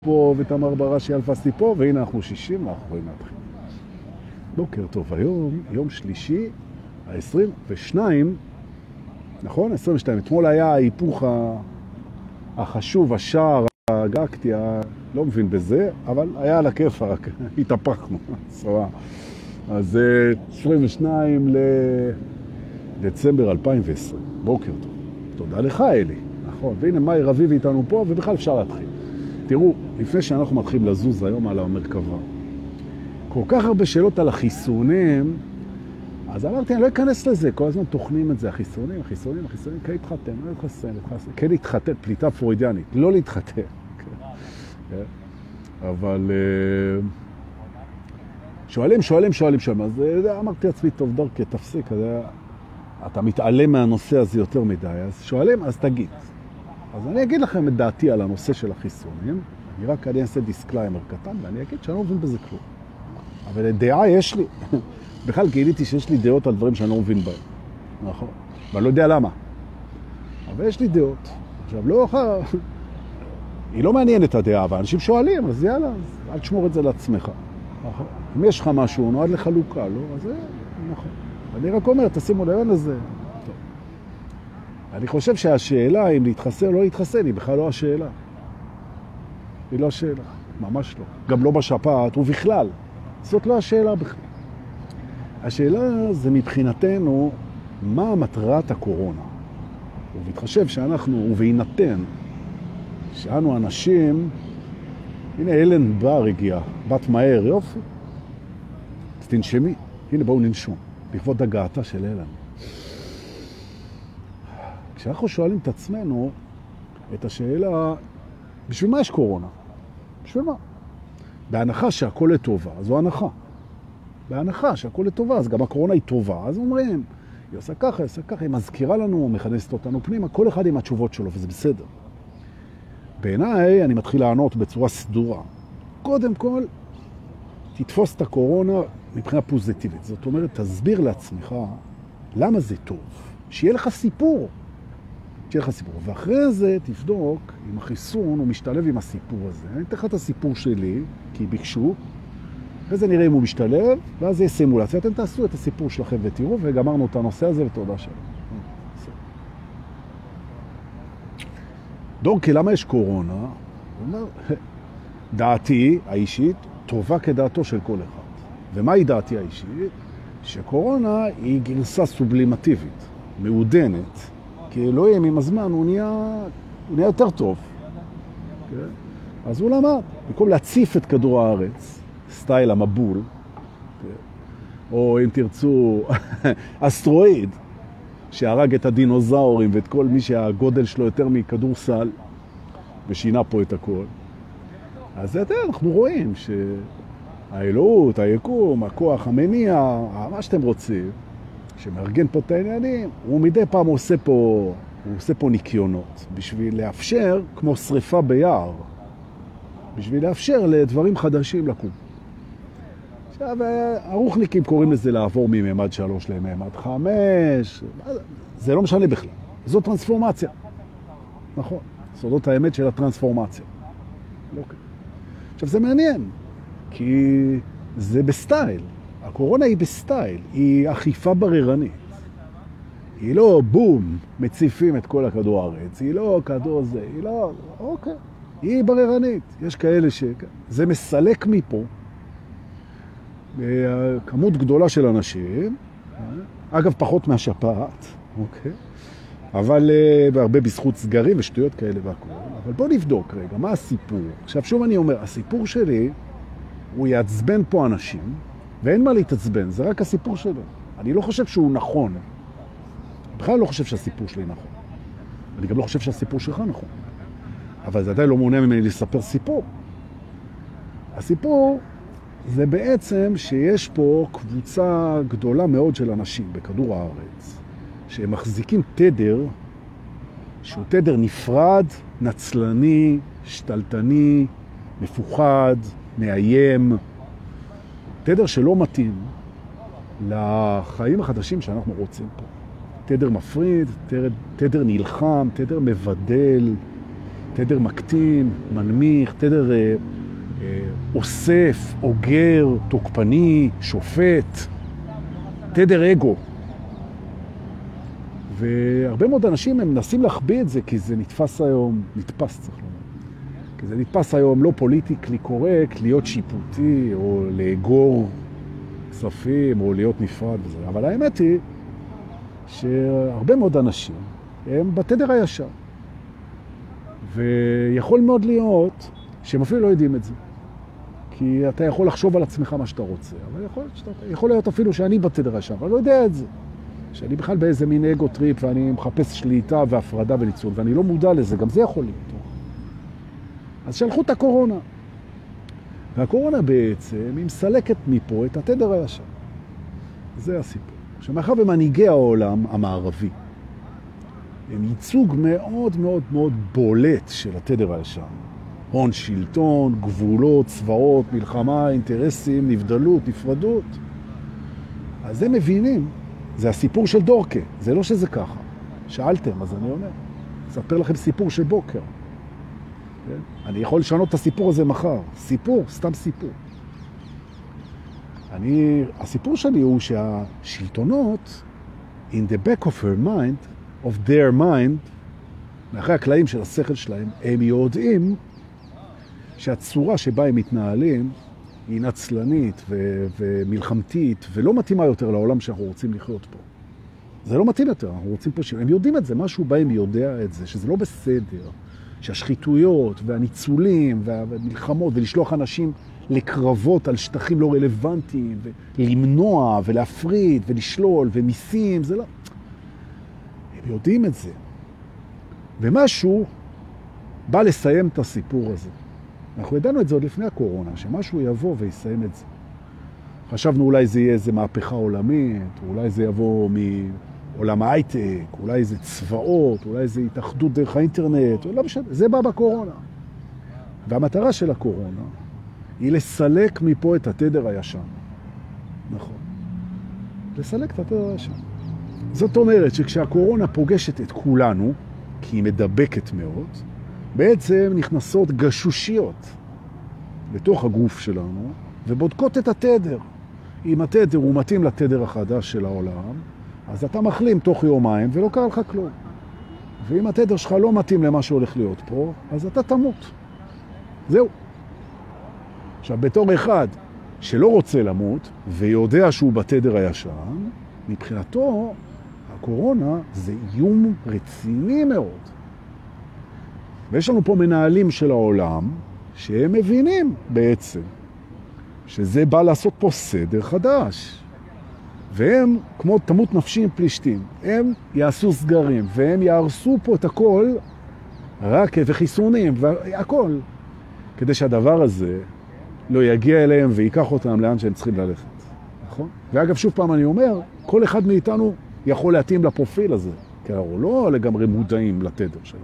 פה ותמר בראשי אלפסטי פה, והנה אנחנו 60, אנחנו יכולים להתחיל. בוקר טוב, היום, יום שלישי, ה-22, נכון? 22. אתמול היה ההיפוך החשוב, השער, הגקתי, לא מבין בזה, אבל היה על הכיף, רק התהפכנו, סבבה. אז 22 לדצמבר 2020, בוקר טוב. תודה לך, אלי. נכון, והנה מאי רביב איתנו פה, ובכלל אפשר להתחיל. תראו, לפני שאנחנו מתחילים לזוז היום על המרכבה, כל כך הרבה שאלות על החיסונים, אז אמרתי, אני לא אכנס לזה, כל הזמן תוכנים את זה, החיסונים, כן להתחתן, לא להתחסן, כן להתחתן, פליטה פרוידיאנית, לא להתחתן. אבל שואלים, אז אמרתי לעצמי, טוב דרכי, תפסיק, אתה מתעלם מהנושא הזה יותר מדי, אז שואלים, אז תגיד. אז אני אגיד לכם את דעתי על הנושא של החיסונים, אני אעשה דיסקליימר קטן, ואני אגיד שאני לא מבין בזה כלום. אבל דעה יש לי. בכלל גיליתי שיש לי דעות על דברים שאני לא מבין בהם. נכון. ואני לא יודע למה. אבל יש לי דעות. עכשיו, היא לא מעניינת הדעה, ואנשים שואלים, אז יאללה, אז אל תשמור את זה לעצמך. נכון. אם יש לך משהו, נועד לחלוקה, לא? אז זה נכון. אני רק אומר, תשימו ליון לזה. טוב. אני חושב שהשאלה אם להתחסן או לא להתחסן היא בכלל לא השאלה. היא לא השאלה, ממש לא. גם לא בשפעת ובכלל. זאת לא השאלה בכלל. השאלה זה מבחינתנו מה מטרת הקורונה. ובהתחשב שאנחנו, ובהינתן שאנו אנשים, הנה אלן בר הגיעה, בת מהר, יופי. אז תנשמי, הנה בואו ננשום, לכבוד הגעתה של אלן. כשאנחנו שואלים את עצמנו את השאלה, בשביל מה יש קורונה? בשביל מה? בהנחה שהכל לטובה, זו הנחה. בהנחה שהכל לטובה, אז גם הקורונה היא טובה, אז אומרים, היא עושה ככה, היא מזכירה לנו, מכנסת אותנו פנימה, כל אחד עם התשובות שלו, וזה בסדר. בעיניי, אני מתחיל לענות בצורה סדורה. קודם כל, תתפוס את הקורונה מבחינה פוזיטיבית. זאת אומרת, תסביר לעצמך למה זה טוב. שיהיה לך סיפור. ואחרי זה תבדוק אם החיסון הוא משתלב עם הסיפור הזה. אני אתן לך את הסיפור שלי, כי ביקשו, אחרי זה נראה אם הוא משתלב, ואז זה יהיה סימולציה. אתם תעשו את הסיפור שלכם ותראו, וגמרנו את הנושא הזה ותודה שלנו. דורקי, למה יש קורונה? הוא אומר, דעתי האישית טובה כדעתו של כל אחד. ומהי דעתי האישית? שקורונה היא גרסה סובלימטיבית, מעודנת, כי אלוהים עם הזמן הוא נהיה יותר טוב. Okay? אז הוא למד, במקום להציף את כדור הארץ, סטייל המבול, okay? או אם תרצו, אסטרואיד, שהרג את הדינוזאורים ואת כל מי שהגודל שלו יותר מכדור סל, ושינה פה את הכל. אז אנחנו רואים שהאלוהות, היקום, הכוח המניע, מה שאתם רוצים, שמארגן פה את העניינים, הוא מדי פעם עושה פה ניקיונות, בשביל לאפשר, כמו שריפה ביער, בשביל לאפשר לדברים חדשים לקום. עכשיו, הרוחניקים קוראים לזה לעבור מממד 3 לממד 5, זה לא משנה בכלל. זו טרנספורמציה. נכון, זאת האמת של הטרנספורמציה. אוקיי. עכשיו, זה מעניין, כי זה בסטייל. הקורונה היא בסטייל, היא אכיפה בררנית. היא לא בום, מציפים את כל הכדור הארץ, היא לא כדור זה, היא לא, אוקיי. היא בררנית. יש כאלה זה מסלק מפה, כמות גדולה של אנשים, אגב פחות מהשפעת, אוקיי? אבל הרבה בזכות סגרים ושטויות כאלה והכל. אבל בוא נבדוק רגע, מה הסיפור? עכשיו שוב אני אומר, הסיפור שלי הוא יעצבן פה אנשים, ואין מה להתעצבן, זה רק הסיפור שלו. אני לא חושב שהוא נכון. בכלל לא חושב שהסיפור שלי נכון. אני גם לא חושב שהסיפור שלך נכון. אבל זה עדיין לא מונע ממני לספר סיפור. הסיפור זה בעצם שיש פה קבוצה גדולה מאוד של אנשים בכדור הארץ, שהם מחזיקים תדר, שהוא תדר נפרד, נצלני, שתלטני, מפוחד, מאיים, תדר שלא מתאים לחיים החדשים שאנחנו רוצים פה. תדר מפריד, תדר נלחם, תדר מבדל, תדר מקטין, מנמיך, תדר אוסף, אוגר, תוקפני, שופט, תדר אגו. והרבה מאוד אנשים הם מנסים להחביא את זה, כי זה נתפס היום, נתפס צריך לומר. כי זה נתפס היום לא פוליטיקלי קורקט, להיות שיפוטי, או לאגור כספים, או להיות נפרד וזה. אבל האמת היא שהרבה מאוד אנשים הם בתדר הישר. ויכול מאוד להיות שהם אפילו לא יודעים את זה. כי אתה יכול לחשוב על עצמך מה שאתה רוצה, אבל יכול להיות אפילו שאני בתדר הישר, אבל לא יודע את זה. שאני בכלל באיזה מין אגו טריפ, ואני מחפש שליטה והפרדה וניצול, ואני לא מודע לזה, גם זה יכול להיות. אז שלחו את הקורונה. והקורונה בעצם היא מסלקת מפה את התדר הישר. זה הסיפור. שמאחר במנהיגי העולם המערבי, הם ייצוג מאוד מאוד מאוד בולט של התדר הישר. הון, שלטון, גבולות, צבאות, מלחמה, אינטרסים, נבדלות, נפרדות. אז הם מבינים, זה הסיפור של דורקה, זה לא שזה ככה. שאלתם, אז אני אומר, אספר לכם סיפור של בוקר. כן? אני יכול לשנות את הסיפור הזה מחר. סיפור, סתם סיפור. הסיפור שלי הוא שהשלטונות, in the back of their mind, מאחרי הקלעים של השכל שלהם, הם יודעים שהצורה שבה הם מתנהלים היא נצלנית ומלחמתית, ולא מתאימה יותר לעולם שאנחנו רוצים לחיות פה. זה לא מתאים יותר, אנחנו רוצים פה הם יודעים את זה, משהו בהם יודע את זה, שזה לא בסדר, שהשחיתויות והניצולים והמלחמות ולשלוח אנשים לקרבות על שטחים לא רלוונטיים, ולמנוע ולהפריד ולשלול ומיסים, זה לא... הם יודעים את זה. ומשהו בא לסיים את הסיפור הזה. אנחנו ידענו את זה עוד לפני הקורונה, שמשהו יבוא ויסיים את זה. חשבנו אולי זה יהיה איזה מהפכה עולמית, אולי זה יבוא מעולם ההייטק, אולי זה צבאות, אולי זה התאחדות דרך האינטרנט, לא משנה, זה בא בקורונה. והמטרה של הקורונה היא לסלק מפה את התדר הישן. נכון. לסלק את התדר הישן. זאת אומרת שכשהקורונה פוגשת את כולנו, כי היא מדבקת מאוד, בעצם נכנסות גשושיות לתוך הגוף שלנו, ובודקות את התדר. אם התדר הוא מתאים לתדר החדש של העולם, אז אתה מחלים תוך יומיים ולא קרה לך כלום. ואם התדר שלך לא מתאים למה שהולך להיות פה, אז אתה תמות. זהו. עכשיו, בתור אחד שלא רוצה למות, ויודע שהוא בתדר הישן, מבחינתו, הקורונה זה איום רציני מאוד. ויש לנו פה מנהלים של העולם, שהם מבינים בעצם, שזה בא לעשות פה סדר חדש. והם, כמו תמות נפשי עם פלישתים, הם יעשו סגרים, והם יהרסו פה את הכל, רק וחיסונים, והכל, כדי שהדבר הזה לא יגיע אליהם ויקח אותם לאן שהם צריכים ללכת. נכון? ואגב, שוב פעם אני אומר, כל אחד מאיתנו יכול להתאים לפרופיל הזה, כי אנחנו לא לגמרי מודעים לתדר שלנו.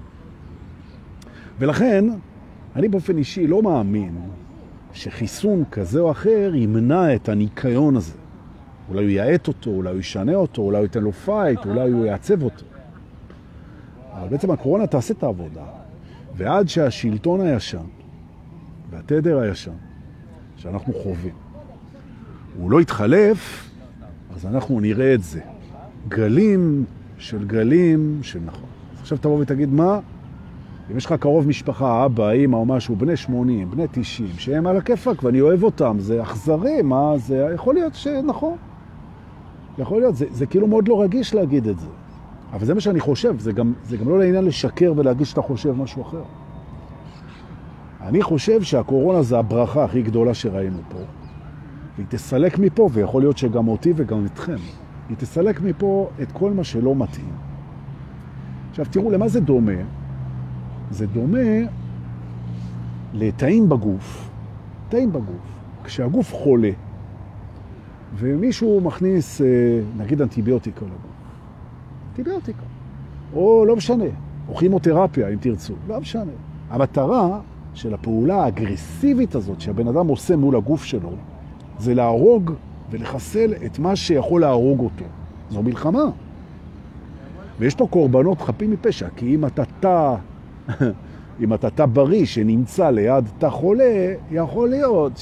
ולכן, אני באופן אישי לא מאמין שחיסון כזה או אחר ימנע את הניקיון הזה. אולי הוא יעט אותו, אולי הוא ישנה אותו, אולי הוא ייתן לו פייט, אולי הוא יעצב אותו. אבל בעצם הקורונה תעשה את העבודה. ועד שהשלטון הישן והתדר הישן שאנחנו חווים, הוא לא יתחלף, אז אנחנו נראה את זה. גלים של נכון. עכשיו תבוא ותגיד מה? אם יש לך קרוב משפחה, אבא, אמא או משהו, בני 80, בני 90, שהם על הכיפק ואני אוהב אותם, זה אכזרי, מה זה? יכול להיות שנכון. יכול להיות, זה כאילו מאוד לא רגיש להגיד את זה. אבל זה מה שאני חושב, זה גם לא לעניין לשקר ולהגיד שאתה חושב משהו אחר. אני חושב שהקורונה זה הברכה הכי גדולה שראינו פה. והיא תסלק מפה, ויכול להיות שגם אותי וגם אתכם. היא תסלק מפה את כל מה שלא מתאים. עכשיו תראו, למה זה דומה? זה דומה לתאים בגוף. תאים בגוף. כשהגוף חולה, ומישהו מכניס, נגיד אנטיביוטיקה לגוף. אנטיביוטיקה. או לא משנה, או כימותרפיה אם תרצו. לא משנה. המטרה של הפעולה האגרסיבית הזאת שהבן אדם עושה מול הגוף שלו, זה להרוג ולחסל את מה שיכול להרוג אותו. זו מלחמה. ויש פה קורבנות חפים מפשע, כי אם אתה אם אתה תא בריא שנמצא ליד תא חולה, יכול להיות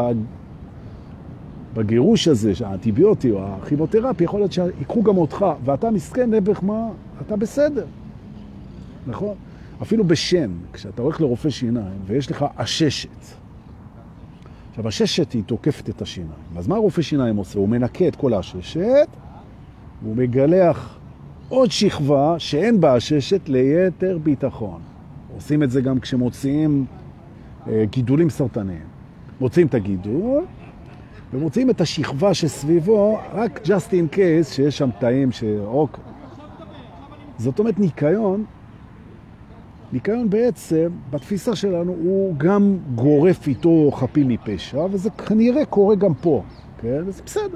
בגירוש הזה, האנטיביוטי או הכימותרפי, יכול להיות שיקחו גם אותך, ואתה מסכן נבח מה, אתה בסדר. נכון? אפילו בשן, כשאתה הולך לרופא שיניים ויש לך עששת. עכשיו, הששת היא תוקפת את השיניים. אז מה הרופא שיניים עושה? הוא מנקה את כל העששת, והוא מגלח עוד שכבה שאין בה עששת ליתר ביטחון. עושים את זה גם כשמוציאים גידולים סרטניים. מוציאים את הגידול, ומוציאים את השכבה שסביבו, רק just in case שיש שם תאים זאת אומרת, ניקיון בעצם, בתפיסה שלנו, הוא גם גורף איתו חפים מפשע, וזה כנראה קורה גם פה, כן? וזה בסדר.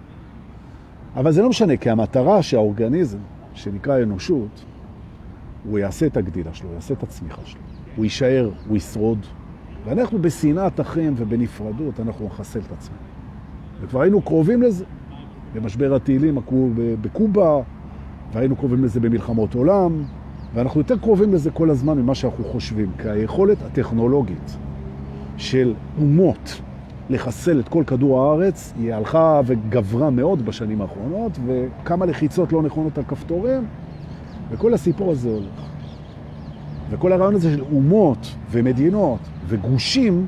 אבל זה לא משנה, כי המטרה שהאורגניזם, שנקרא אנושות, הוא יעשה את הגדילה שלו, יעשה את הצמיחה שלו. הוא יישאר, הוא ישרוד. ואנחנו בשנאת אחים ובנפרדות, אנחנו נחסל את עצמנו. וכבר היינו קרובים לזה, במשבר הטילים בקובה, והיינו קרובים לזה במלחמות עולם, ואנחנו יותר קרובים לזה כל הזמן ממה שאנחנו חושבים, כי היכולת הטכנולוגית של אומות לחסל את כל כדור הארץ, היא הלכה וגברה מאוד בשנים האחרונות, וכמה לחיצות לא נכונות על כפתורים, וכל הסיפור הזה הולך. וכל הרעיון הזה של אומות ומדינות וגושים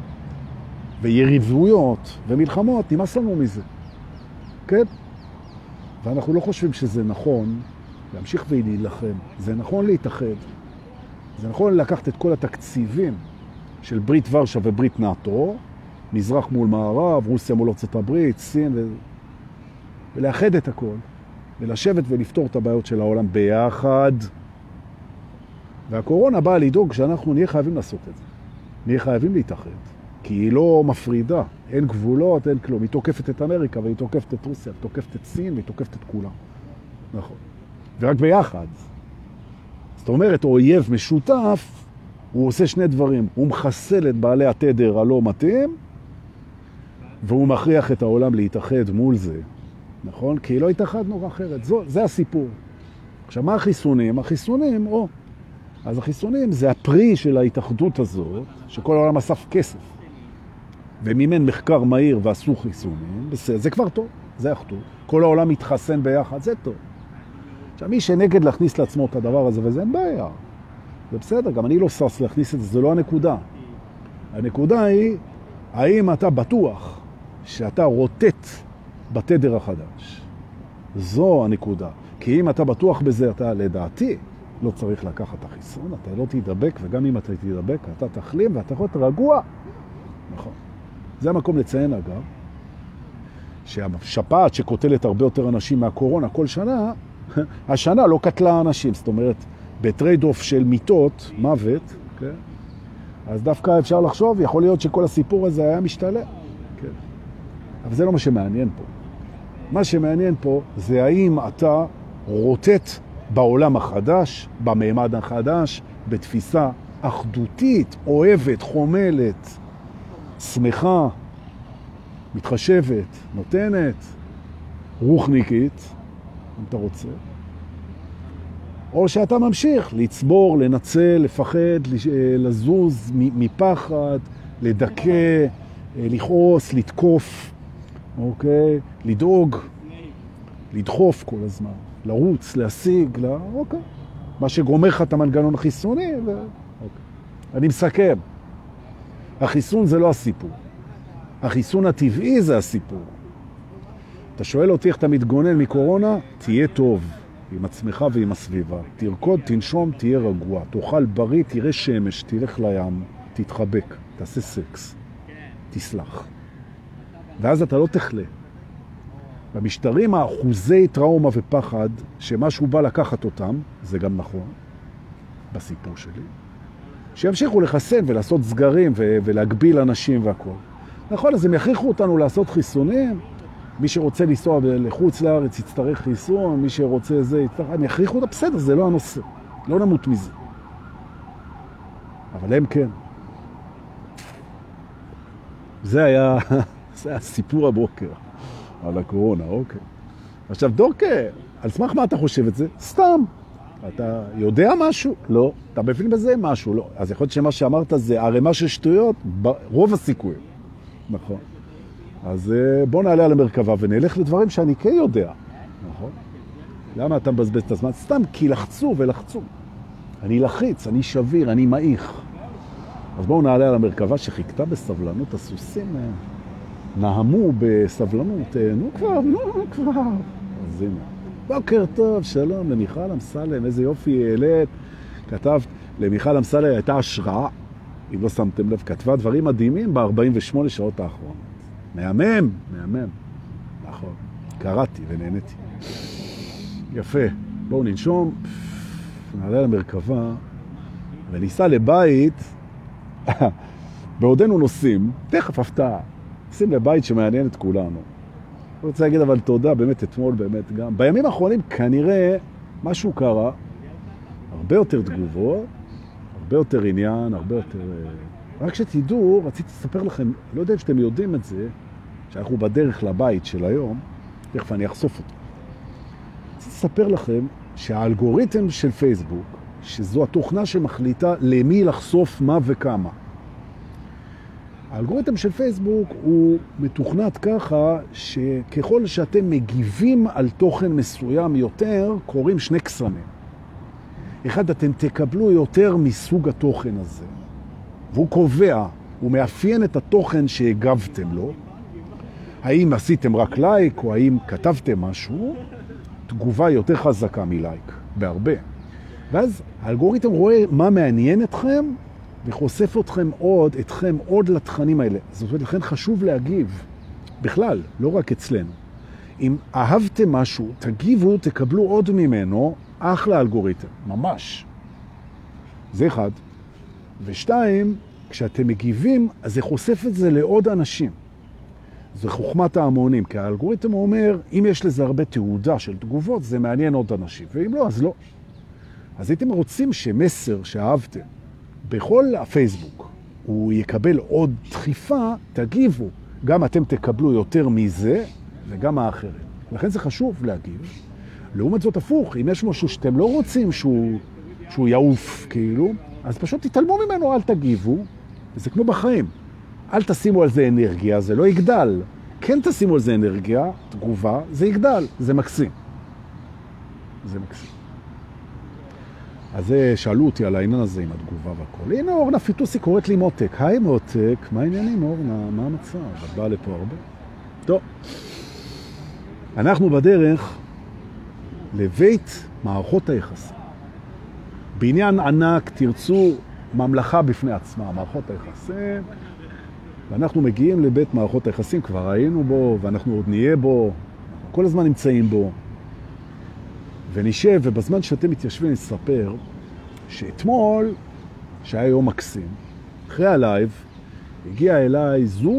ויריבויות ומלחמות, נמאס לנו מזה. כן? ואנחנו לא חושבים שזה נכון להמשיך ולהילחם. זה נכון להתאחד. זה נכון לקחת את כל התקציבים של ברית ורשה וברית נאטו, מזרח מול מערב, רוסיה מול ארצות הברית, סין, ולאחד את הכל, ולשבת ולפתור את הבעיות של העולם ביחד. והקורונה באה לדאוג שאנחנו נהיה חייבים לעשות את זה. נהיה חייבים להתאחד. כי היא לא מפרידה, אין גבולות, אין כלום. היא תוקפת את אמריקה, והיא תוקפת את רוסיה, היא תוקפת את סין, והיא תוקפת את כולם. נכון. ורק ביחד. זאת אומרת, אויב משותף, הוא עושה שני דברים. הוא מחסל את בעלי התדר הלא מתאים, והוא מכריח את העולם להתאחד מול זה. נכון? כי לא התאחדנו אחרת. זה הסיפור. עכשיו, מה החיסונים? אז החיסונים זה הפרי של ההתאחדות הזאת, שכל העולם אסף כסף. ומימן מחקר מהיר ועשו חיסונים, בסדר, זה כבר טוב, זה אחדות. כל העולם מתחסן ביחד, זה טוב. עכשיו, מי שנגד להכניס לעצמו את הדבר הזה, וזה אין בעיה. זה בסדר, גם אני לא סס להכניס את זה, זה לא הנקודה. הנקודה היא, האם אתה בטוח שאתה רוטט בתדר החדש? זו הנקודה. כי אם אתה בטוח בזה, אתה לדעתי לא צריך לקחת את החיסון, אתה לא תדבק, וגם אם אתה תדבק, אתה תחלים ואתה יכול רגוע. נכון. זה המקום לציין אגב, שהשפעת שקוטלת הרבה יותר אנשים מהקורונה כל שנה, השנה לא קטלה אנשים, זאת אומרת, בטרייד אוף של מיטות, מוות, כן? אז דווקא אפשר לחשוב, יכול להיות שכל הסיפור הזה היה משתלם. כן. אבל זה לא מה שמעניין פה. מה שמעניין פה זה האם אתה רוטט בעולם החדש, במעמד החדש, בתפיסה אחדותית, אוהבת, חומלת, שמחה, מתחשבת, נותנת, רוחניקית, אם אתה רוצה. או שאתה ממשיך לצבור, לנצל, לפחד, לזוז מפחד, לדכא, לכעוס, לתקוף, אוקיי? לדאוג, לדחוף כל הזמן, לרוץ, להשיג, אוקיי. מה שגומר לך את המנגנון החיסוני, אוקיי. אני מסכם. החיסון זה לא הסיפור. החיסון הטבעי זה הסיפור. אתה שואל אותי איך אתה מתגונן מקורונה? תהיה טוב עם עצמך ועם הסביבה. תרקוד, תנשום, תהיה רגוע. תאכל בריא, תראה שמש, תלך לים, תתחבק, תעשה סקס, תסלח. ואז אתה לא תחלה. במשטרים האחוזי טראומה ופחד, שמשהו בא לקחת אותם, זה גם נכון, בסיפור שלי, שימשיכו לחסן ולעשות סגרים ולהגביל אנשים והכל. נכון, אז הם יכריחו אותנו לעשות חיסונים, מי שרוצה לנסוע לחוץ לארץ יצטרך חיסון, מי שרוצה זה יצטרך, הם יכריחו אותה, בסדר, זה לא הנושא, לא נמות מזה. אבל הם כן. זה היה סיפור הבוקר על הקורונה, אוקיי. עכשיו דורקה, על סמך מה אתה חושב את זה? סתם. אתה יודע משהו? לא. אתה מבין בזה משהו? לא. אז יכול להיות שמה שאמרת זה הרמה של שטויות, רוב הסיכויים. נכון. אז בוא נעלה על המרכבה ונלך לדברים שאני כן יודע. נכון. למה אתה מבזבז את הזמן? סתם כי לחצו ולחצו. אני לחיץ, אני שביר, אני מעיך. אז בואו נעלה על המרכבה שחיכתה בסבלנות, הסוסים נהמו בסבלנות, נו כבר. אז הנה. בוקר טוב, שלום למיכל אמסלם, איזה יופי העלית. כתבת, למיכל אמסלם הייתה השראה, אם לא שמתם לב, כתבה דברים מדהימים ב-48 שעות האחרונות. מהמם. נכון, קראתי ונהניתי. יפה, בואו ננשום, נעלה למרכבה וניסע לבית, בעודנו נוסעים, תכף הפתעה, ניסים לבית שמעניין את כולנו. אני רוצה להגיד אבל תודה, באמת אתמול, באמת גם. בימים האחרונים כנראה משהו קרה, הרבה יותר תגובות, הרבה יותר עניין, הרבה יותר... רק שתדעו, רציתי לספר לכם, לא יודע אם שאתם יודעים את זה, שאנחנו בדרך לבית של היום, תכף אני אחשוף אותו. רציתי לספר לכם שהאלגוריתם של פייסבוק, שזו התוכנה שמחליטה למי לחשוף מה וכמה. האלגוריתם של פייסבוק הוא מתוכנת ככה שככל שאתם מגיבים על תוכן מסוים יותר, קוראים שני קסמים. אחד, אתם תקבלו יותר מסוג התוכן הזה, והוא קובע, הוא מאפיין את התוכן שהגבתם לו, האם עשיתם רק לייק או האם כתבתם משהו, תגובה יותר חזקה מלייק, בהרבה. ואז האלגוריתם רואה מה מעניין אתכם, וחושף אתכם עוד לתכנים האלה. זאת אומרת, לכן חשוב להגיב, בכלל, לא רק אצלנו. אם אהבתם משהו, תגיבו, תקבלו עוד ממנו, אחלה אלגוריתם, ממש. זה אחד. ושתיים, כשאתם מגיבים, אז זה חושף את זה לעוד אנשים. זה חוכמת ההמונים, כי האלגוריתם אומר, אם יש לזה הרבה תעודה של תגובות, זה מעניין עוד אנשים, ואם לא, אז לא. אז הייתם רוצים שמסר שאהבתם, בכל הפייסבוק הוא יקבל עוד דחיפה, תגיבו. גם אתם תקבלו יותר מזה וגם האחרים. לכן זה חשוב להגיב. לעומת זאת הפוך, אם יש משהו שאתם לא רוצים שהוא יעוף כאילו, אז פשוט תתעלמו ממנו, אל תגיבו. זה כמו בחיים. אל תשימו על זה אנרגיה, זה לא יגדל. כן תשימו על זה אנרגיה, תגובה, זה יגדל. זה מקסים. זה מקסים. אז שאלו אותי על העניין הזה עם התגובה והכל. הנה אורנה פיטוסי קוראת לי מותק. היי מותק, מה העניינים אורנה? מה המצב? את באה לפה הרבה? טוב. אנחנו בדרך לבית מערכות היחסים. בעניין ענק תרצו ממלכה בפני עצמה, מערכות היחסים. ואנחנו מגיעים לבית מערכות היחסים, כבר היינו בו ואנחנו עוד נהיה בו. כל הזמן נמצאים בו. ונשב, ובזמן שאתם מתיישבים נספר שאתמול, שהיה יום מקסים, אחרי הלייב, הגיע אליי זוג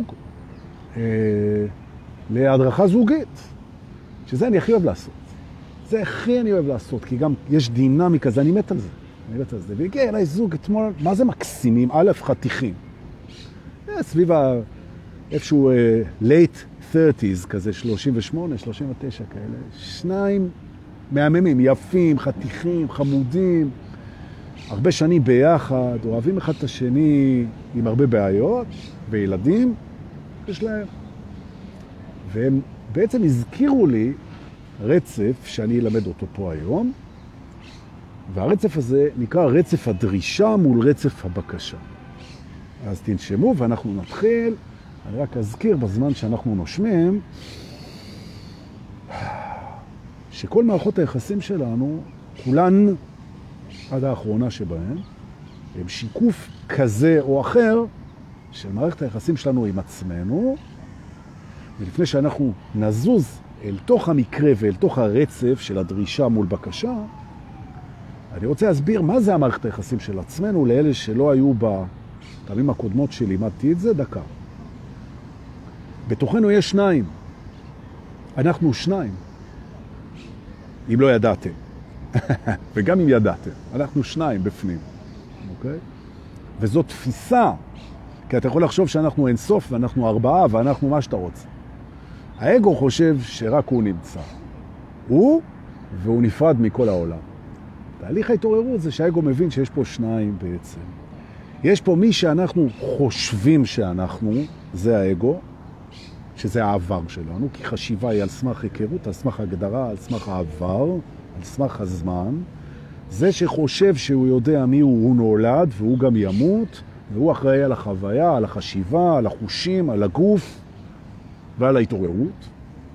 להדרכה זוגית, שזה אני הכי אוהב לעשות. זה הכי אני אוהב לעשות, כי גם יש דינמיקה, זה אני מת על זה. והגיע אליי זוג אתמול, מה זה מקסימים? א', חתיכים. סביב איפשהו late 30s, כזה 38, 39 כאלה. שניים מהממים, יפים, חתיכים, חמודים, הרבה שנים ביחד, אוהבים אחד את השני עם הרבה בעיות, וילדים יש להם. והם בעצם הזכירו לי רצף שאני אלמד אותו פה היום, והרצף הזה נקרא רצף הדרישה מול רצף הבקשה. אז תנשמו ואנחנו נתחיל. אני רק אזכיר בזמן שאנחנו נושמים, שכל מערכות היחסים שלנו, כולן עד האחרונה שבהן, הם שיקוף כזה או אחר של מערכת היחסים שלנו עם עצמנו, ולפני שאנחנו נזוז אל תוך המקרה ואל תוך הרצף של הדרישה מול בקשה, אני רוצה להסביר מה זה המערכת היחסים של עצמנו לאלה שלא היו בפעמים הקודמות שלימדתי את זה. דקה. בתוכנו יש שניים. אנחנו שניים. אם לא ידעתם. וגם אם ידעתם. אנחנו שניים בפנים. אוקיי? וזו תפיסה. כי אתה יכול לחשוב שאנחנו אינסוף ואנחנו ארבעה ואנחנו מה שאתה רוצה. האגו חושב שרק הוא נמצא. הוא והוא נפרד מכל העולם. תהליך ההתעוררות זה שהאגו מבין שיש פה שניים בעצם. יש פה מי שאנחנו חושבים שאנחנו, זה האגו, שזה העבר שלנו, כי חשיבה היא על סמך היכרות, על סמך הגדרה, על סמך העבר, על סמך הזמן. זה שחושב שהוא יודע מי הוא נולד, והוא גם ימות, והוא אחראי על החוויה, על החשיבה, על החושים, על הגוף ועל ההתעוררות.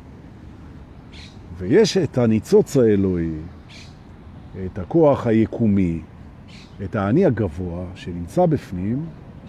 ויש את הניצוץ האלוהי, את הכוח היקומי, את האני הגבוה שנמצא בפנים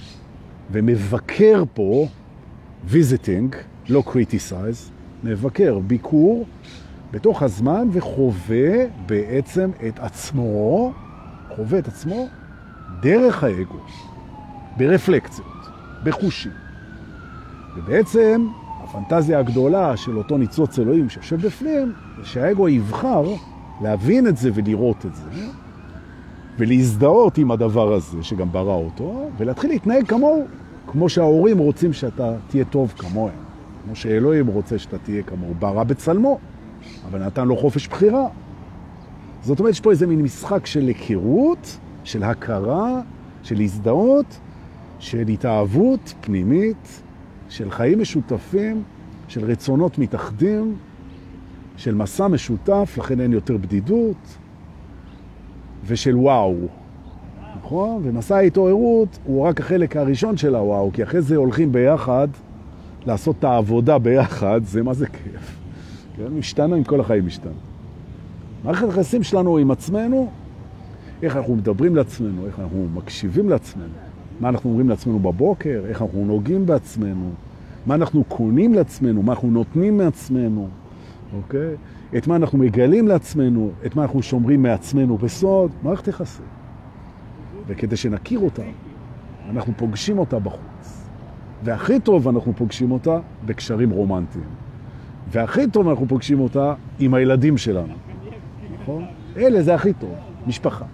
ומבקר פה, visiting, לא criticize, מבקר, ביקור בתוך הזמן וחווה בעצם את עצמו, חווה את עצמו דרך האגו, ברפלקציות, בחושים. ובעצם הפנטזיה הגדולה של אותו ניצוץ אלוהים שיושב בפנים, זה שהאגו יבחר להבין את זה ולראות את זה, ולהזדהות עם הדבר הזה שגם ברא אותו, ולהתחיל להתנהג כמוהו, כמו שההורים רוצים שאתה תהיה טוב כמוהם, כמו שאלוהים רוצה שאתה תהיה כמוהו, ברא בצלמו, אבל נתן לו חופש בחירה. זאת אומרת, יש פה איזה מין משחק של היכרות, של הכרה, של הזדהות, של התאהבות פנימית, של חיים משותפים, של רצונות מתאחדים, של מסע משותף, לכן אין יותר בדידות, ושל וואו. נכון? ומסע ההתעוררות הוא רק החלק הראשון של הוואו, כי אחרי זה הולכים ביחד לעשות את העבודה ביחד, זה מה זה כיף. כן? משתנה עם כל החיים משתנה. מערכת היחסים שלנו עם עצמנו, איך אנחנו מדברים לעצמנו, איך אנחנו מקשיבים לעצמנו, מה אנחנו אומרים לעצמנו בבוקר, איך אנחנו נוגעים בעצמנו, מה אנחנו קונים לעצמנו, מה אנחנו נותנים מעצמנו, אוקיי? את מה אנחנו מגלים לעצמנו, את מה אנחנו שומרים מעצמנו בסוד, מערכת יחסים. וכדי שנכיר אותה, אנחנו פוגשים אותה בחוץ. והכי טוב אנחנו פוגשים אותה בקשרים רומנטיים. והכי טוב אנחנו פוגשים אותה עם הילדים שלנו. נכון? אלה זה הכי טוב, משפחה.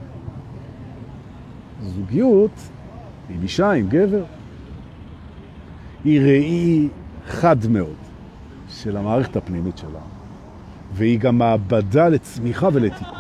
זוגיות עם אישה, עם גבר, היא ראי חד מאוד של המערכת הפנימית שלה. והיא גם מעבדה לצמיחה ולתיקון.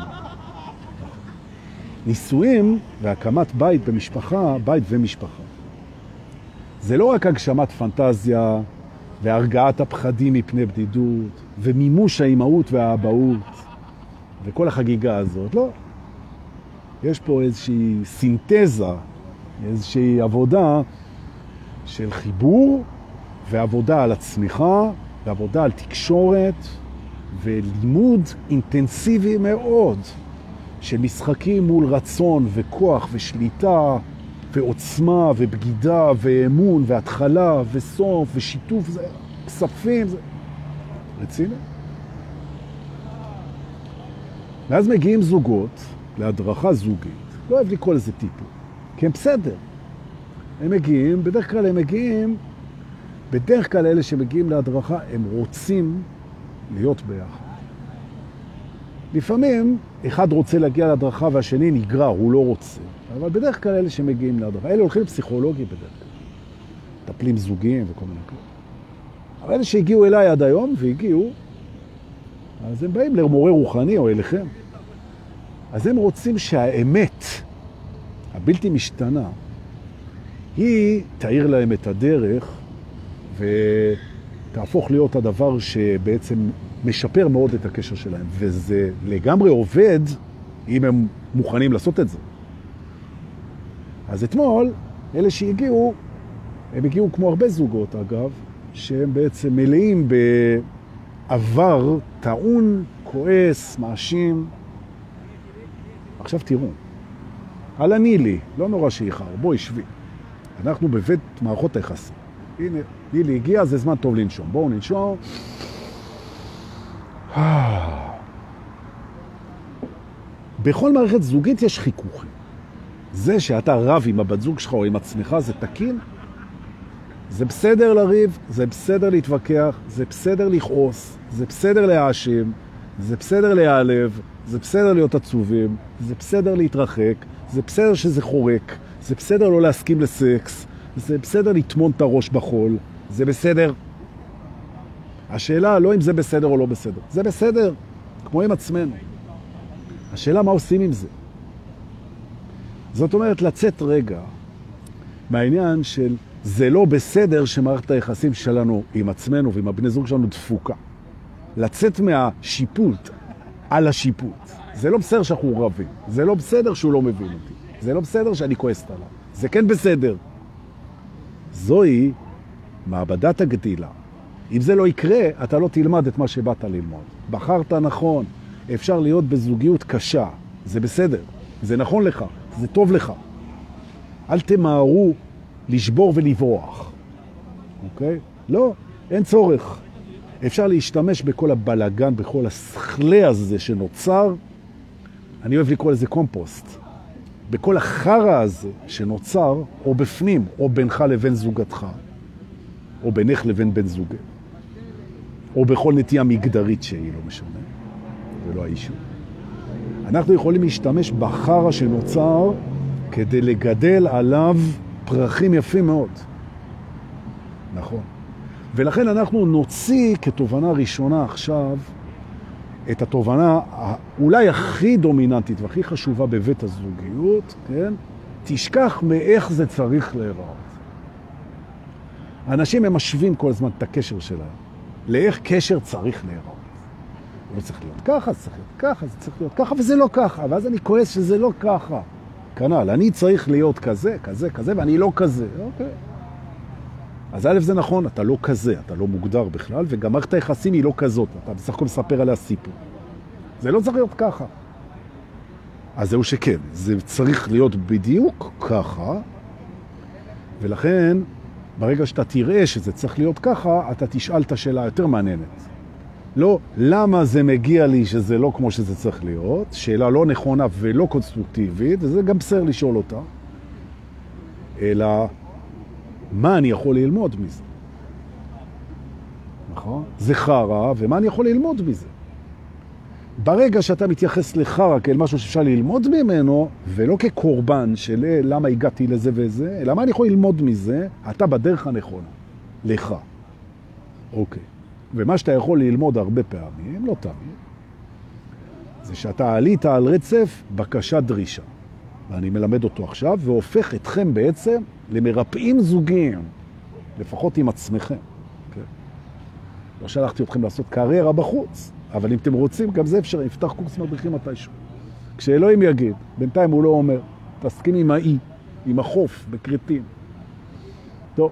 נישואים והקמת בית במשפחה, בית ומשפחה. זה לא רק הגשמת פנטזיה והרגעת הפחדים מפני בדידות ומימוש האימהות והאבהות וכל החגיגה הזאת, לא. יש פה איזושהי סינתזה, איזושהי עבודה של חיבור ועבודה על הצמיחה ועבודה על תקשורת ולימוד אינטנסיבי מאוד של משחקים מול רצון וכוח ושליטה ועוצמה ובגידה ואמון והתחלה וסוף ושיתוף, זה כספים, זה רציני. ואז מגיעים זוגות להדרכה זוגית, לא אוהב לקרוא לזה טיפול, כי הם בסדר. הם מגיעים, בדרך כלל אלה שמגיעים להדרכה, הם רוצים להיות ביחד. לפעמים אחד רוצה להגיע להדרכה והשני נגרר, הוא לא רוצה. אבל בדרך כלל אלה שמגיעים להדרכה, אלה הולכים לפסיכולוגיה בדרך כלל. טפלים זוגיים וכל מיני כאלה. אבל אלה שהגיעו אליי עד היום והגיעו, אז הם באים למורה רוחני או אליכם. אז הם רוצים שהאמת, הבלתי משתנה, היא תאיר להם את הדרך ותהפוך להיות הדבר שבעצם משפר מאוד את הקשר שלהם. וזה לגמרי עובד אם הם מוכנים לעשות את זה. אז אתמול, אלה שהגיעו, הם הגיעו כמו הרבה זוגות אגב, שהם בעצם מלאים בעבר, טעון, כועס, מאשים. עכשיו תראו, על הנילי, לא נורא שיחר, בואי שבי. אנחנו בבית מערכות היחסים. הנה, נילי הגיע, זה זמן טוב לנשום. בואו ננשום. בכל מערכת זוגית יש חיכוכים. זה שאתה רב עם הבת זוג שלך או עם עצמך, זה תקין. זה בסדר לריב, זה בסדר להתווכח, זה בסדר לכעוס, זה בסדר להאשים, זה בסדר להיעלב, זה בסדר להיות עצובים, זה בסדר להתרחק, זה בסדר שזה חורק, זה בסדר לא להסכים לסקס, זה בסדר לטמון את הראש בחול, זה בסדר. השאלה לא אם זה בסדר או לא בסדר, זה בסדר, כמו עם עצמנו. השאלה מה עושים עם זה? זאת אומרת, לצאת רגע מהעניין של זה לא בסדר שמערכת היחסים שלנו עם עצמנו ועם הבני זוג שלנו דפוקה. לצאת מהשיפוט על השיפוט. זה לא בסדר שאנחנו רבים. זה לא בסדר שהוא לא מבין אותי. זה לא בסדר שאני כועסת עליו. זה כן בסדר. זוהי מעבדת הגדילה. אם זה לא יקרה, אתה לא תלמד את מה שבאת ללמוד. בחרת נכון. אפשר להיות בזוגיות קשה. זה בסדר. זה נכון לך. זה טוב לך. אל תמהרו לשבור ולברוח. אוקיי? לא, אין צורך. אפשר להשתמש בכל הבלגן, בכל השכלה הזה שנוצר. אני אוהב לקרוא לזה קומפוסט. בכל החרא הזה שנוצר, או בפנים, או בינך לבין זוגתך, או בינך לבין בן זוגה, או בכל נטייה מגדרית שהיא לא משנה, ולא האישו. אנחנו יכולים להשתמש בחרא שנוצר כדי לגדל עליו פרחים יפים מאוד. נכון. ולכן אנחנו נוציא כתובנה ראשונה עכשיו את התובנה אולי הכי דומיננטית והכי חשובה בבית הזוגיות, כן? תשכח מאיך זה צריך להיראות. אנשים הם משווים כל הזמן את הקשר שלהם, לאיך קשר צריך להיראות. לא צריך להיות ככה, זה צריך להיות ככה, זה צריך להיות ככה, וזה לא ככה. ואז אני כועס שזה לא ככה. כנ"ל, אני צריך להיות כזה, כזה, כזה, ואני לא כזה. אוקיי. אז א' זה נכון, אתה לא כזה, אתה לא מוגדר בכלל, וגם מערכת היחסים היא לא כזאת, אתה בסך הכל מספר עליה סיפור. זה לא צריך להיות ככה. אז זהו שכן, זה צריך להיות בדיוק ככה, ולכן ברגע שאתה תראה שזה צריך להיות ככה, אתה תשאל את השאלה יותר מעניינת. לא, למה זה מגיע לי שזה לא כמו שזה צריך להיות, שאלה לא נכונה ולא קונסטרוקטיבית, וזה גם בסדר לשאול אותה, אלא מה אני יכול ללמוד מזה? נכון? זה חרה, ומה אני יכול ללמוד מזה? ברגע שאתה מתייחס לחרה כאל משהו שאפשר ללמוד ממנו, ולא כקורבן של למה הגעתי לזה וזה, אלא מה אני יכול ללמוד מזה, אתה בדרך הנכונה. לך. אוקיי. ומה שאתה יכול ללמוד הרבה פעמים, לא תמיד, זה שאתה עלית על רצף בקשה דרישה. ואני מלמד אותו עכשיו, והופך אתכם בעצם למרפאים זוגיים, לפחות עם עצמכם. Okay. לא שלחתי אתכם לעשות קריירה בחוץ, אבל אם אתם רוצים, גם זה אפשר, נפתח קורס מדריכים מתישהו. כשאלוהים יגיד, בינתיים הוא לא אומר, תסכים עם האי, עם החוף, בקריטים. טוב.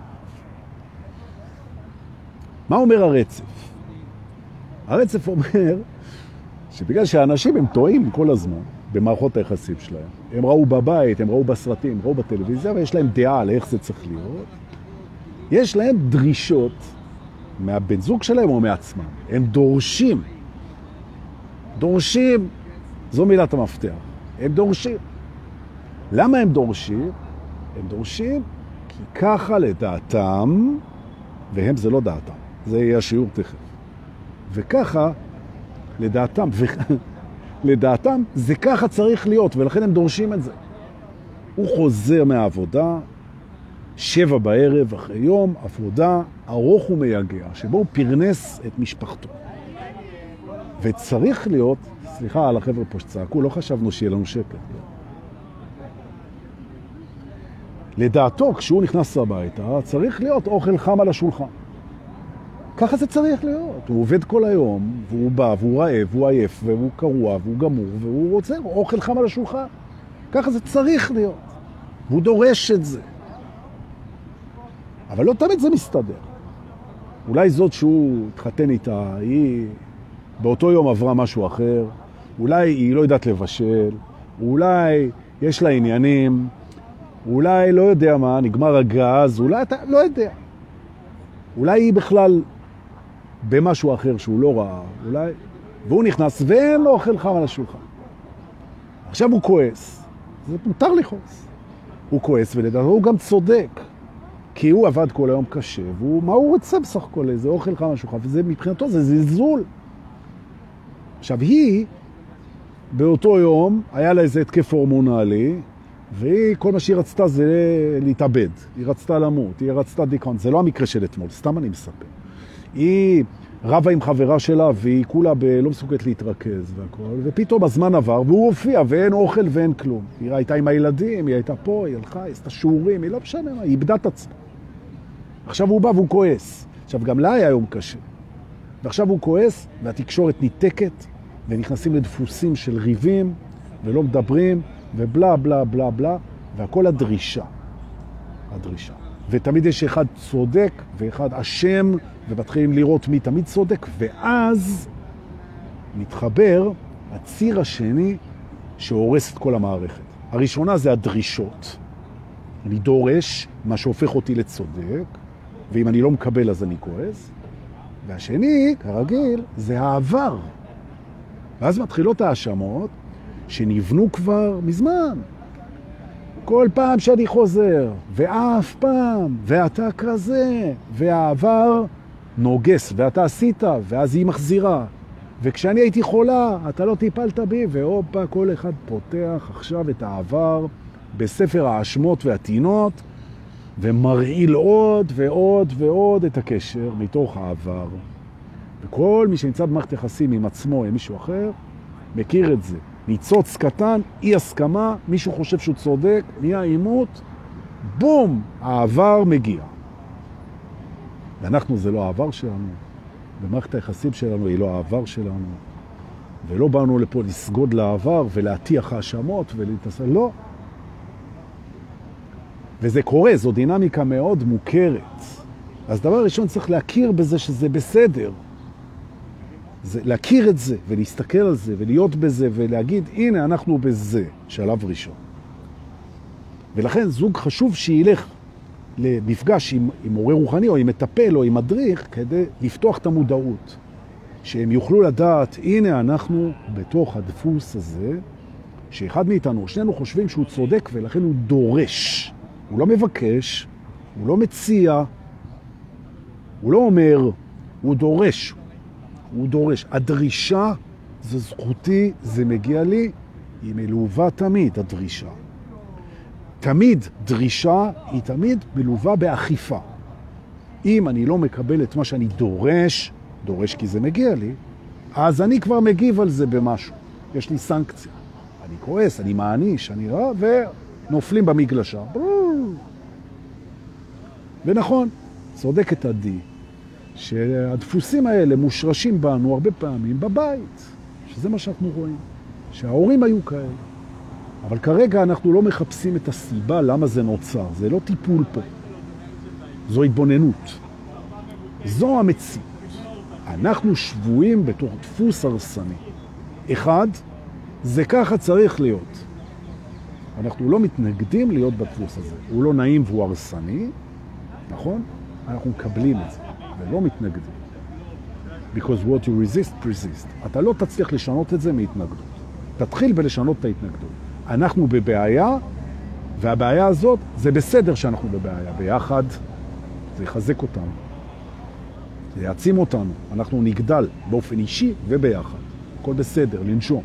מה אומר הרצף? הרצף אומר שבגלל שהאנשים הם טועים כל הזמן במערכות היחסים שלהם. הם ראו בבית, הם ראו בסרטים, הם ראו בטלוויזיה, ויש להם דעה על איך זה צריך להיות. יש להם דרישות מהבן זוג שלהם או מעצמם. הם דורשים. דורשים, זו מילת המפתח. הם דורשים. למה הם דורשים? הם דורשים כי ככה לדעתם, והם זה לא דעתם. זה יהיה השיעור תכף. וככה, לדעתם, לדעתם, זה ככה צריך להיות, ולכן הם דורשים את זה. הוא חוזר מהעבודה, 7 בערב, אחרי יום, עבודה ארוך ומייגע, שבו הוא פרנס את משפחתו. וצריך להיות, סליחה על החבר'ה פה שצעקו, לא חשבנו שיהיה לנו שקט. לדעתו, כשהוא נכנס הביתה, צריך להיות אוכל חם על השולחן. ככה זה צריך להיות. הוא עובד כל היום, והוא בא, והוא רעב, והוא עייף, והוא קרוע, והוא גמור, והוא רוצה אוכל חם על השולחן. ככה זה צריך להיות. והוא דורש את זה. אבל לא תמיד זה מסתדר. אולי זאת שהוא התחתן איתה, היא באותו יום עברה משהו אחר, אולי היא לא יודעת לבשל, אולי יש לה עניינים, אולי לא יודע מה, נגמר הגז, אולי אתה לא יודע. אולי היא בכלל במשהו אחר שהוא לא ראה, אולי, והוא נכנס ואין לו אוכל חם על השולחן. עכשיו הוא כועס, זה מותר לכעוס. הוא כועס ולדעת, הוא גם צודק, כי הוא עבד כל היום קשה, ומה הוא רוצה בסך הכל? איזה אוכל חם על השולחן, וזה מבחינתו זה זלזול. עכשיו היא, באותו יום, היה לה איזה התקף הורמונלי, והיא, כל מה שהיא רצתה זה להתאבד. היא רצתה למות, היא רצתה דיכאון. זה לא המקרה של אתמול, סתם אני מספר. היא רבה עם חברה שלה, והיא כולה לא מסוגלת להתרכז והכל, ופתאום הזמן עבר, והוא הופיע, ואין אוכל ואין כלום. היא הייתה עם הילדים, היא הייתה פה, היא הלכה, היא עשתה שיעורים, היא לא משנה מה, היא איבדה את עצמה. עכשיו הוא בא והוא כועס. עכשיו גם לה היה יום קשה. ועכשיו הוא כועס, והתקשורת ניתקת, ונכנסים לדפוסים של ריבים, ולא מדברים, ובלה בלה בלה בלה, והכל הדרישה. הדרישה. ותמיד יש אחד צודק, ואחד אשם, ומתחילים לראות מי תמיד צודק, ואז מתחבר הציר השני שהורס את כל המערכת. הראשונה זה הדרישות. אני דורש מה שהופך אותי לצודק, ואם אני לא מקבל אז אני כועס. והשני, כרגיל, זה העבר. ואז מתחילות האשמות שנבנו כבר מזמן. כל פעם שאני חוזר, ואף פעם, ואתה כזה, והעבר נוגס, ואתה עשית, ואז היא מחזירה. וכשאני הייתי חולה, אתה לא טיפלת בי, ואופה, כל אחד פותח עכשיו את העבר בספר האשמות והתינות, ומרעיל עוד ועוד ועוד את הקשר מתוך העבר. וכל מי שנמצא במערכת יחסים עם עצמו, עם מישהו אחר, מכיר את זה. ניצוץ קטן, אי הסכמה, מישהו חושב שהוא צודק, נהיה עימות, בום, העבר מגיע. ואנחנו זה לא העבר שלנו, במערכת היחסים שלנו היא לא העבר שלנו, ולא באנו לפה לסגוד לעבר ולהטיח האשמות ולהתעסק, לא. וזה קורה, זו דינמיקה מאוד מוכרת. אז דבר ראשון צריך להכיר בזה שזה בסדר. זה להכיר את זה ולהסתכל על זה ולהיות בזה ולהגיד, הנה אנחנו בזה, שלב ראשון. ולכן זוג חשוב שילך למפגש עם מורה רוחני או עם מטפל או עם מדריך כדי לפתוח את המודעות. שהם יוכלו לדעת, הנה אנחנו בתוך הדפוס הזה, שאחד מאיתנו, שנינו חושבים שהוא צודק ולכן הוא דורש. הוא לא מבקש, הוא לא מציע, הוא לא אומר, הוא דורש. הוא דורש. הדרישה זה זכותי, זה מגיע לי, היא מלווה תמיד, הדרישה. תמיד דרישה היא תמיד מלווה באכיפה. אם אני לא מקבל את מה שאני דורש כי זה מגיע לי, אז אני כבר מגיב על זה במשהו. יש לי סנקציה. אני כועס, אני מעניש, אני רע, ונופלים במגלשה. ונכון, צודקת עדי, שהדפוסים האלה מושרשים בנו הרבה פעמים בבית, שזה מה שאנחנו רואים, שההורים היו כאלה. אבל כרגע אנחנו לא מחפשים את הסיבה למה זה נוצר, זה לא טיפול פה. זו התבוננות. זו המציאות. אנחנו שבויים בתוך דפוס הרסני. אחד, זה ככה צריך להיות. אנחנו לא מתנגדים להיות בדפוס הזה. הוא לא נעים והוא הרסני, נכון? אנחנו מקבלים את זה, ולא מתנגדים. Because what you resist, persist. אתה לא תצליח לשנות את זה מהתנגדות. תתחיל בלשנות את ההתנגדות. אנחנו בבעיה, והבעיה הזאת, זה בסדר שאנחנו בבעיה. ביחד, זה יחזק אותנו. זה יעצים אותנו. אנחנו נגדל באופן אישי וביחד. הכל בסדר, לנשום.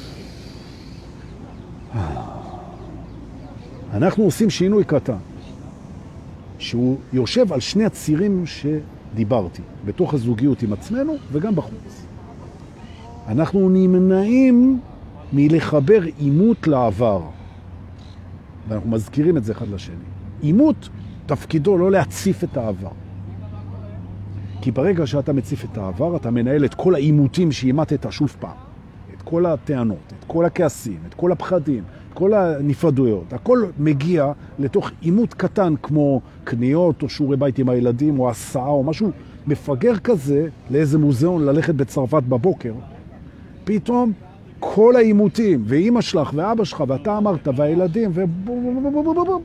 אנחנו עושים שינוי קטן, שהוא יושב על שני הצירים שדיברתי, בתוך הזוגיות עם עצמנו וגם בחוץ. אנחנו נמנעים מלחבר אימות לעבר. ואנחנו מזכירים את זה אחד לשני. אימות, תפקידו לא להציף את העבר. כי ברגע שאתה מציף את העבר, אתה מנהל את כל האימותים שאימתת שוב פעם. את כל הטענות, את כל הכעסים, את כל הפחדים, את כל הנפרדויות. הכל מגיע לתוך אימות קטן כמו קניות או שיעורי בית עם הילדים או הסעה או משהו מפגר כזה לאיזה מוזיאון ללכת בצרפת בבוקר. פתאום כל האימותים, ואמא שלך ואבא שלך ואתה אמרת והילדים ובום.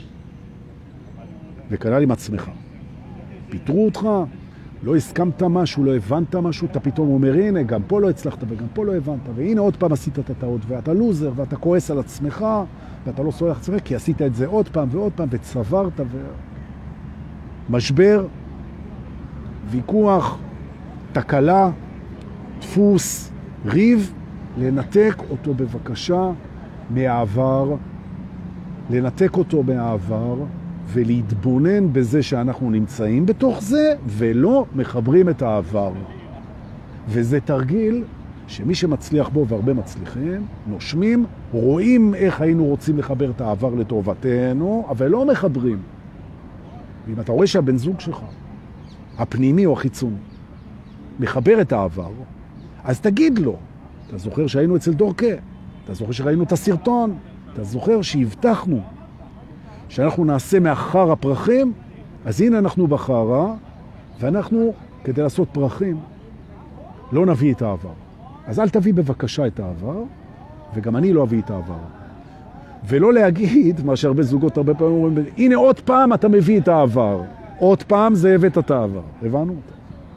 וכנ"ל עם עצמך. פיתרו אותך, לא הסכמת משהו, לא הבנת משהו, אתה פתאום אומר, הנה, גם פה לא הצלחת וגם פה לא הבנת, והנה עוד פעם עשית את הטעות, ואתה לוזר, ואתה כועס על עצמך, ואתה לא סולח עצמך, כי עשית את זה עוד פעם ועוד פעם, וצברת, משבר, ויכוח, תקלה, דפוס, ריב, לנתק אותו בבקשה מהעבר, לנתק אותו מהעבר, ולהתבונן בזה שאנחנו נמצאים בתוך זה, ולא מחברים את העבר. וזה תרגיל שמי שמצליח בו, והרבה מצליחים, נושמים, רואים איך היינו רוצים לחבר את העבר לטובתנו, אבל לא מחברים. ואם אתה רואה שהבן זוג שלך, הפנימי או החיצוני, מחבר את העבר, אז תגיד לו, אתה זוכר שהיינו אצל דורקה, אתה זוכר שראינו את הסרטון, אתה זוכר שהבטחנו שאנחנו נעשה מאחר הפרחים, אז הנה אנחנו בחרה, ואנחנו, כדי לעשות פרחים, לא נביא את העבר. אז אל תביא בבקשה את העבר, וגם אני לא אביא את העבר. ולא להגיד, מה שהרבה זוגות הרבה פעמים אומרים, הנה עוד פעם אתה מביא את העבר. עוד פעם זה הבאת את העבר. הבנו אותה.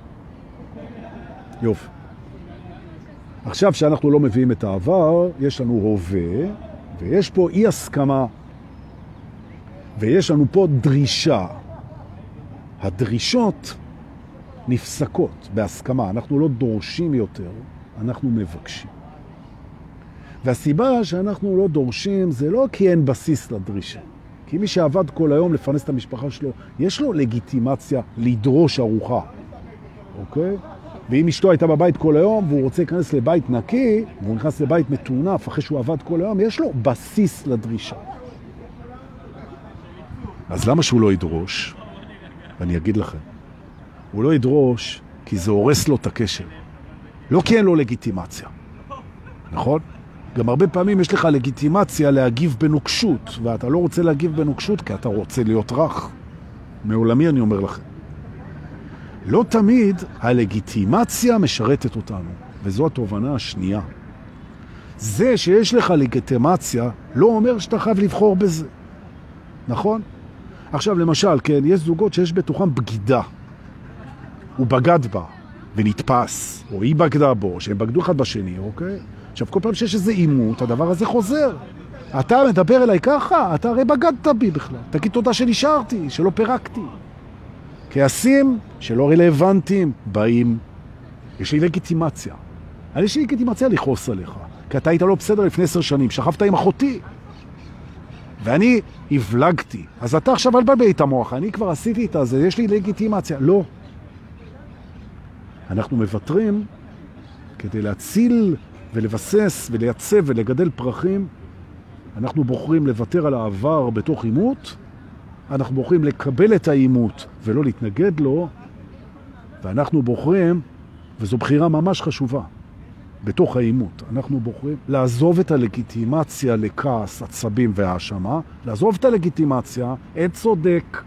יופי. עכשיו שאנחנו לא מביאים את העבר, יש לנו הווה, ויש פה אי הסכמה, ויש לנו פה דרישה. הדרישות נפסקות בהסכמה. אנחנו לא דורשים יותר, אנחנו מבקשים. והסיבה שאנחנו לא דורשים זה לא כי אין בסיס לדרישה. כי מי שעבד כל היום לפרנס את המשפחה שלו, יש לו לגיטימציה לדרוש ארוחה. אוקיי? ואם אשתו הייתה בבית כל היום והוא רוצה להיכנס לבית נקי, והוא נכנס לבית מתונף אחרי שהוא עבד כל היום, יש לו בסיס לדרישה. אז למה שהוא לא ידרוש? ואני אגיד לכם. הוא לא ידרוש כי זה הורס לו את הקשר. לא כי אין לו לגיטימציה. נכון? גם הרבה פעמים יש לך לגיטימציה להגיב בנוקשות, ואתה לא רוצה להגיב בנוקשות כי אתה רוצה להיות רך. מעולמי אני אומר לכם. לא תמיד הלגיטימציה משרתת אותנו, וזו התובנה השנייה. זה שיש לך לגיטימציה לא אומר שאתה חייב לבחור בזה. נכון? עכשיו למשל, כן, יש זוגות שיש בתוכם בגידה. הוא בגד בה ונתפס, או היא בגדה בו, שהם בגדו אחד בשני, אוקיי? עכשיו, כל פעם שיש איזה אימות, הדבר הזה חוזר. אתה מדבר אליי ככה, אתה הרי בגדת בי בכלל. תגיד תודה שנשארתי, שלא פירקתי. כעסים שלא רלוונטיים באים. יש לי לגיטימציה. יש לי לגיטימציה לכעוס עליך. כי אתה היית לא בסדר לפני 10 שנים, שכבת עם אחותי. ואני הבלגתי. אז אתה עכשיו אל בלבל את המוח, אני כבר עשיתי את זה, יש לי לגיטימציה. לא. אנחנו מוותרים כדי להציל ולבסס ולייצב ולגדל פרחים. אנחנו בוחרים לוותר על העבר בתוך אימות, אנחנו בוחרים לקבל את האימות ולא להתנגד לו, ואנחנו בוחרים, וזו בחירה ממש חשובה, בתוך האימות, אנחנו בוחרים לעזוב את הלגיטימציה לכעס, עצבים והאשמה, לעזוב את הלגיטימציה, אין צודק,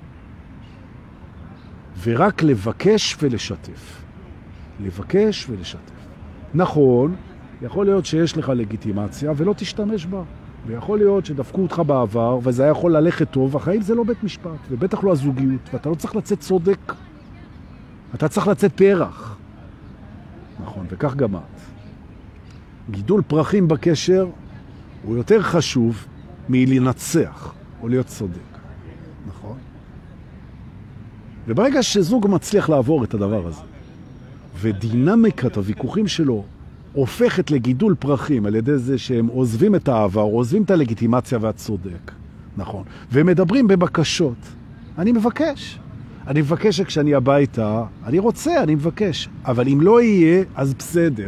ורק לבקש ולשתף. לבקש ולשתף. נכון, יכול להיות שיש לך לגיטימציה ולא תשתמש בה. ויכול להיות שדפקו אותך בעבר, וזה היה יכול ללכת טוב, החיים זה לא בית משפט, ובטח לא הזוגיות, ואתה לא צריך לצאת צודק. אתה צריך לצאת פרח. נכון, וכך גם את. גידול פרחים בקשר הוא יותר חשוב מלנצח, או להיות צודק. נכון? וברגע שזוג מצליח לעבור את הדבר הזה, ודינמיקת הוויכוחים שלו הופכת לגידול פרחים על ידי זה שהם עוזבים את העבר, עוזבים את הלגיטימציה והצודק. נכון. והם מדברים בבקשות. אני מבקש. אני מבקש שכשאני הביתה, אני רוצה, אני מבקש. אבל אם לא יהיה, אז בסדר.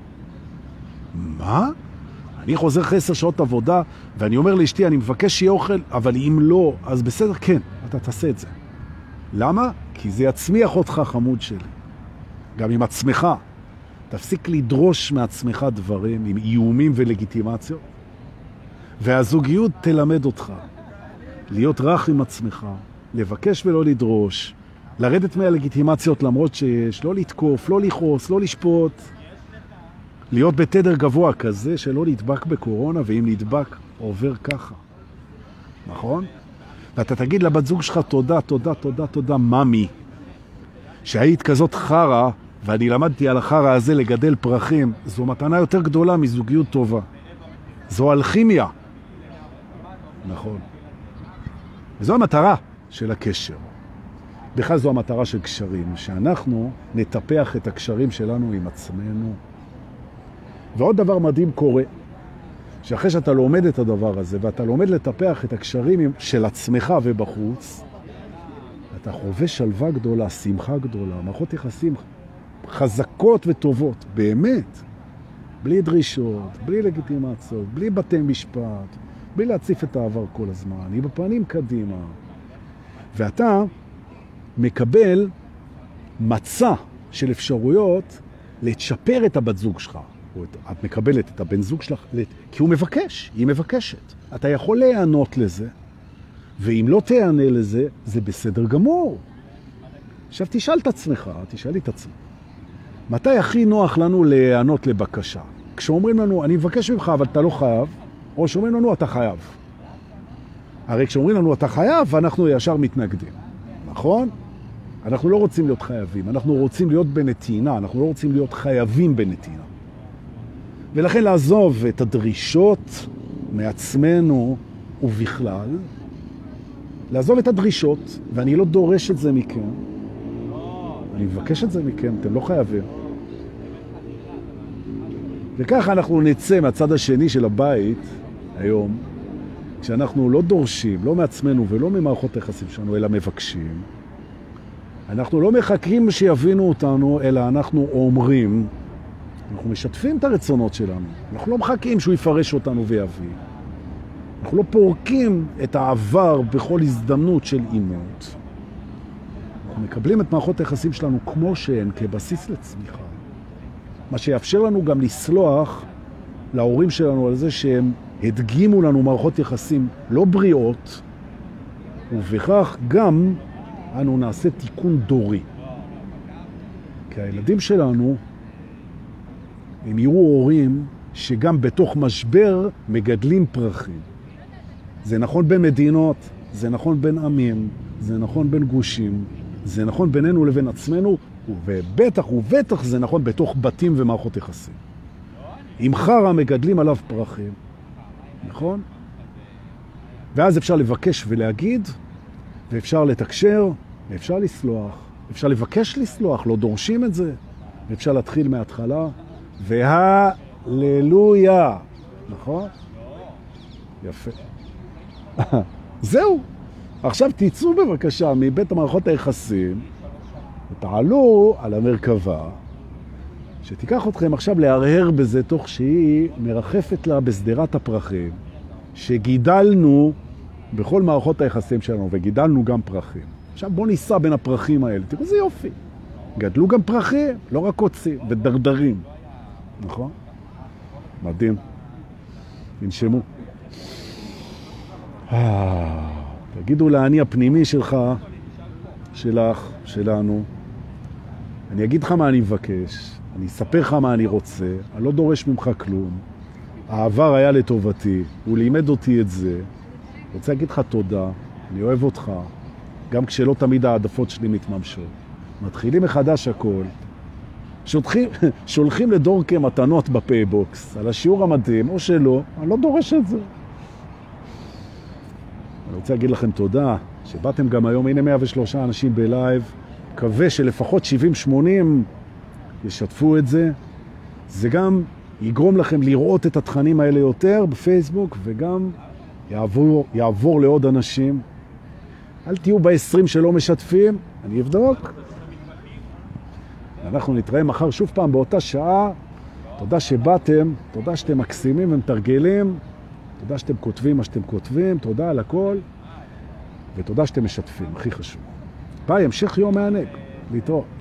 מה? אני חוזר 10 שעות עבודה, ואני אומר לאשתי, אני מבקש שיהיה אוכל, אבל אם לא, אז בסדר, כן, אתה תעשה את זה. למה? כי זה יצמיח אותך, חמוד שלי. גם עם עצמך. תפסיק לדרוש מעצמך דברים עם איומים ולגיטימציות, והזוגיות תלמד אותך להיות רך עם עצמך, לבקש ולא לדרוש, לרדת מהלגיטימציות למרות שיש, לא לתקוף, לא לכעוס, לא לשפוט, להיות בתדר גבוה כזה שלא נדבק בקורונה, ואם נדבק עובר ככה. נכון? ואתה תגיד לבת זוג שלך תודה, תודה, תודה, תודה, ממי, שהיית כזאת חרה, ואני למדתי על החרה הזה לגדל פרחים. זו מתנה יותר גדולה מזוגיות טובה. זו אלכימיה. נכון. וזו המטרה של הקשר. בכלל זו המטרה של קשרים, שאנחנו נטפח את הקשרים שלנו עם עצמנו. ועוד דבר מדהים קורה, שאחרי שאתה לומד את הדבר הזה, ואתה לומד לטפח את הקשרים של עצמך ובחוץ, אתה חווה שלווה גדולה, שמחה גדולה, מערכות יחסים חזקות וטובות, באמת. בלי דרישות, בלי לגיטימציות, בלי בתי משפט, בלי להציף את העבר כל הזמן, היא בפנים קדימה. ואתה מקבל מצע של אפשרויות לצ'פר את הבת זוג שלך. את מקבלת את הבן זוג שלך, כי הוא מבקש, היא מבקשת. אתה יכול להיענות לזה, ואם לא תיענה לזה, זה בסדר גמור. עכשיו תשאל את עצמך, תשאלי את עצמך. מתי הכי נוח לנו להיענות לבקשה? כשאומרים לנו, אני מבקש ממך, אבל אתה לא חייב, או שאומרים לנו, אתה חייב. הרי כשאומרים לנו, אתה חייב, אנחנו ישר מתנגדים. נכון? אנחנו לא רוצים להיות חייבים, אנחנו רוצים להיות בנתינה, אנחנו לא רוצים להיות חייבים בנתינה. ולכן לעזוב את הדרישות מעצמנו ובכלל, לעזוב את הדרישות, ואני לא דורש את זה מכם, אני מבקש את זה מכם, אתם לא חייבים. וככה אנחנו נצא מהצד השני של הבית היום, כשאנחנו לא דורשים, לא מעצמנו ולא ממערכות היחסים שלנו, אלא מבקשים. אנחנו לא מחכים שיבינו אותנו, אלא אנחנו אומרים, אנחנו משתפים את הרצונות שלנו. אנחנו לא מחכים שהוא יפרש אותנו ויביא. אנחנו לא פורקים את העבר בכל הזדמנות של אימות. אנחנו מקבלים את מערכות היחסים שלנו כמו שהן, כבסיס לצמיחה. מה שיאפשר לנו גם לסלוח להורים שלנו על זה שהם הדגימו לנו מערכות יחסים לא בריאות, ובכך גם אנו נעשה תיקון דורי. כי הילדים שלנו הם יראו הורים שגם בתוך משבר מגדלים פרחים. זה נכון בין מדינות, זה נכון בין עמים, זה נכון בין גושים, זה נכון בינינו לבין עצמנו, ובטח ובטח זה נכון בתוך בתים ומערכות יחסים. עם חרה מגדלים עליו פרחים, נכון? ואז אפשר לבקש ולהגיד, ואפשר לתקשר, ואפשר לסלוח, אפשר לבקש לסלוח, לא דורשים את זה, ואפשר להתחיל מההתחלה, והללויה, נכון? יפה. זהו. עכשיו תצאו בבקשה מבית המערכות היחסים, ותעלו על המרכבה, שתיקח אתכם עכשיו להרהר בזה תוך שהיא מרחפת לה בסדרת הפרחים, שגידלנו בכל מערכות היחסים שלנו, וגידלנו גם פרחים. עכשיו בוא ניסע בין הפרחים האלה, תראו זה יופי. גדלו גם פרחים, לא רק קוצים, ודרדרים. נכון? מדהים. תנשמו. תגידו לעני הפנימי שלך, שלך, שלנו. אני אגיד לך מה אני מבקש, אני אספר לך מה אני רוצה, אני לא דורש ממך כלום. העבר היה לטובתי, הוא לימד אותי את זה. רוצה להגיד לך תודה, אני אוהב אותך, גם כשלא תמיד העדפות שלי מתממשות. מתחילים מחדש הכל. שולחים לדורקי מתנות בפייבוקס, על השיעור המדהים, או שלא, אני לא דורש את זה. אני רוצה להגיד לכם תודה, שבאתם גם היום, הנה 103 אנשים בלייב, מקווה שלפחות 70-80 ישתפו את זה. זה גם יגרום לכם לראות את התכנים האלה יותר בפייסבוק, וגם יעבור לעוד אנשים. אל תהיו ב-20 שלא משתפים, אני אבדוק. אנחנו נתראה מחר שוב פעם באותה שעה. תודה שבאתם, תודה שאתם מקסימים ומתרגלים, תודה שאתם כותבים מה שאתם כותבים, תודה על הכל, ותודה שאתם משתפים, הכי חשוב. ביי, המשך יום מענג, להתראות.